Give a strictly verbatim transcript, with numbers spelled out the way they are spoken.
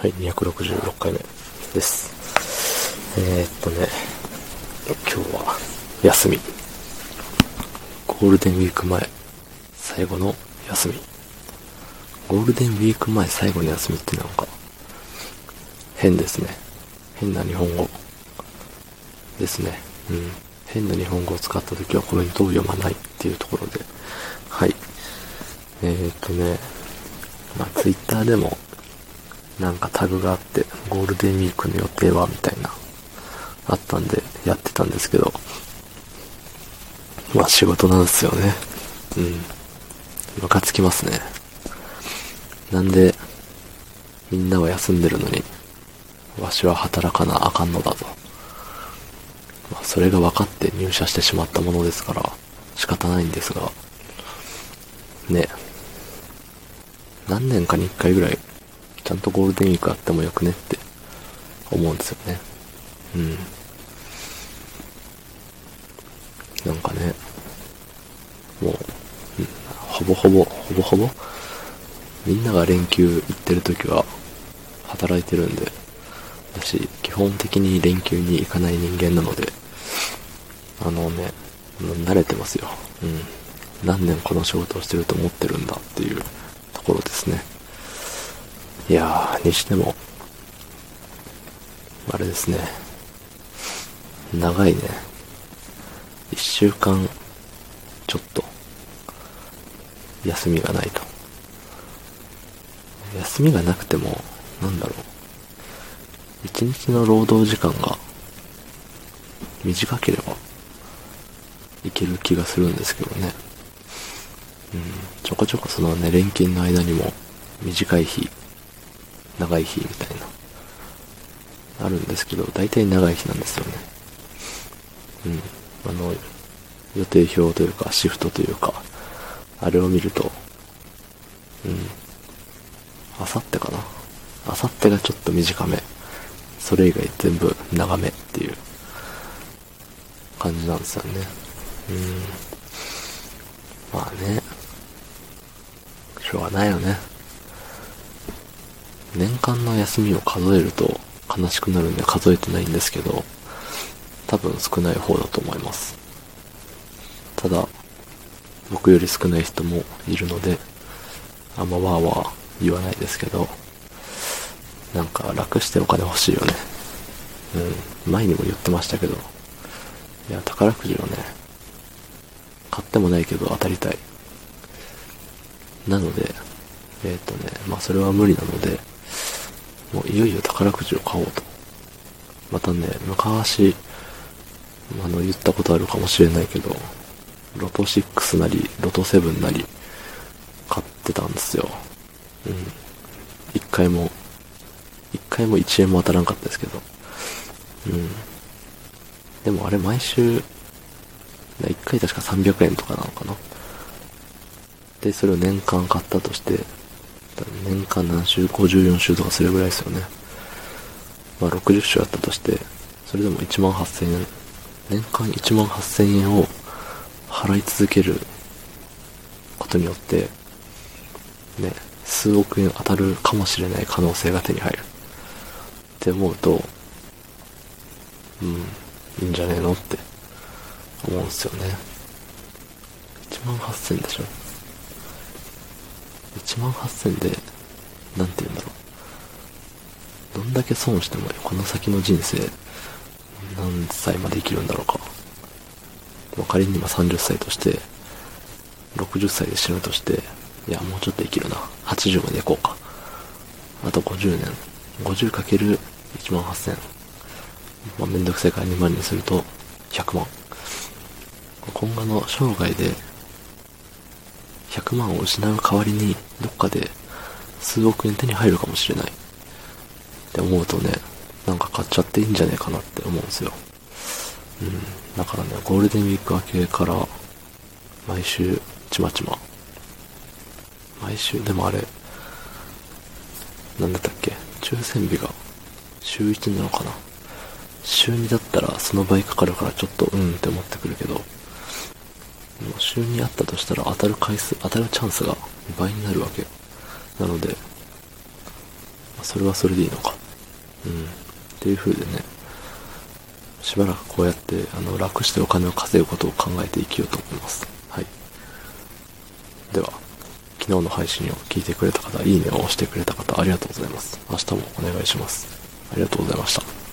はい、にひゃくろくじゅうろっかいめです。えー、っとね、今日は休み。ゴールデンウィーク前、最後の休み。ゴールデンウィーク前最後の休みってなんか、変ですね。変な日本語ですね。うん。変な日本語を使ったときはコメントを読まないっていうところで。はい。えー、っとね、まあ、ツイッターでも、なんかタグがあって、ゴールデンウィークの予定はみたいな、あったんで、やってたんですけど、まあ仕事なんですよね。うん。ムカつきますね。なんで、みんなは休んでるのに、わしは働かなあかんのだと。まあそれが分かって入社してしまったものですから、仕方ないんですが、ね。何年かにいっかいぐらい、ちゃんとゴールデンウィークあってもよくねって思うんですよね。うん。なんかね、もう、うん、ほぼほぼ、ほぼほぼ、みんなが連休行ってるときは働いてるんで、私、基本的に連休に行かない人間なので、あのね、慣れてますよ。うん。何年この仕事をしてると思ってるんだっていうところですね。いやー、にしても、あれですね。長いね。一週間、ちょっと、休みがないと。休みがなくても、なんだろう。一日の労働時間が短ければいける気がするんですけどね。うん、ちょこちょこそのね、連勤の間にも短い日、長い日みたいな、あるんですけど、大体長い日なんですよね。うん。あの、予定表というか、シフトというか、あれを見ると、うん。あさってかな。あさってがちょっと短め。それ以外全部長めっていう感じなんですよね。うん。まあね。しょうがないよね。年間の休みを数えると悲しくなるんで数えてないんですけど、多分少ない方だと思います。ただ、僕より少ない人もいるので、あんまわーわー言わないですけど、なんか楽してお金欲しいよね。うん。前にも言ってましたけど、いや、宝くじをね、買ってもないけど当たりたい。なので、えっとね、まあそれは無理なので、もういよいよ宝くじを買おうと。またね、昔、あの、言ったことあるかもしれないけど、ロトろくなり、ロトなななり、買ってたんですよ。うん。一回も、一回もいちえんも当たらんかったですけど。うん。でもあれ毎週、一回確かさんびゃくえんとかなのかな。で、それを年間買ったとして、年間何週 ?ごじゅうよん 週とかするぐらいですよね。まあろくじゅっ週あったとして、それでもいちまんはっせんえん、年間いちまんはっせんえんを払い続けることによって、ね、数億円当たるかもしれない可能性が手に入る。って思うと、うん、いいんじゃねえのって思うんですよね。いちまんはっせんでしょ。いちまんはっせんで、なんて言うんだろう。どんだけ損してもこの先の人生、何歳まで生きるんだろうか。仮に今さんじゅっさいとして、ろくじゅっさいで死ぬとして、いや、もうちょっと生きるな。はちじゅうまで行こうか。あとごじゅうねん。ごじゅうかけるいちまんはっせん。まあ、めんどくさいからにまんにすると、ひゃくまん。今後の生涯で、ひゃくまんを失う代わりに、どっかで数億円手に入るかもしれない。って思うとね、なんか買っちゃっていいんじゃねえかなって思うんですよ。うん。だからね、ゴールデンウィーク明けから、毎週、ちまちま。毎週、でもあれ、なんだったっけ、抽選日が週いちなのかな。週にだったらその倍かかるからちょっとうんって思ってくるけど、もう週にあったとしたら当たる回数、当たるチャンスが倍になるわけ。なので、 それはそれでいいのか。うん。っていう風でね、しばらくこうやって、あの、楽してお金を稼ぐことを考えて生きようと思います。はい。では、昨日の配信を聞いてくれた方、いいねを押してくれた方、ありがとうございます。明日もお願いします。ありがとうございました。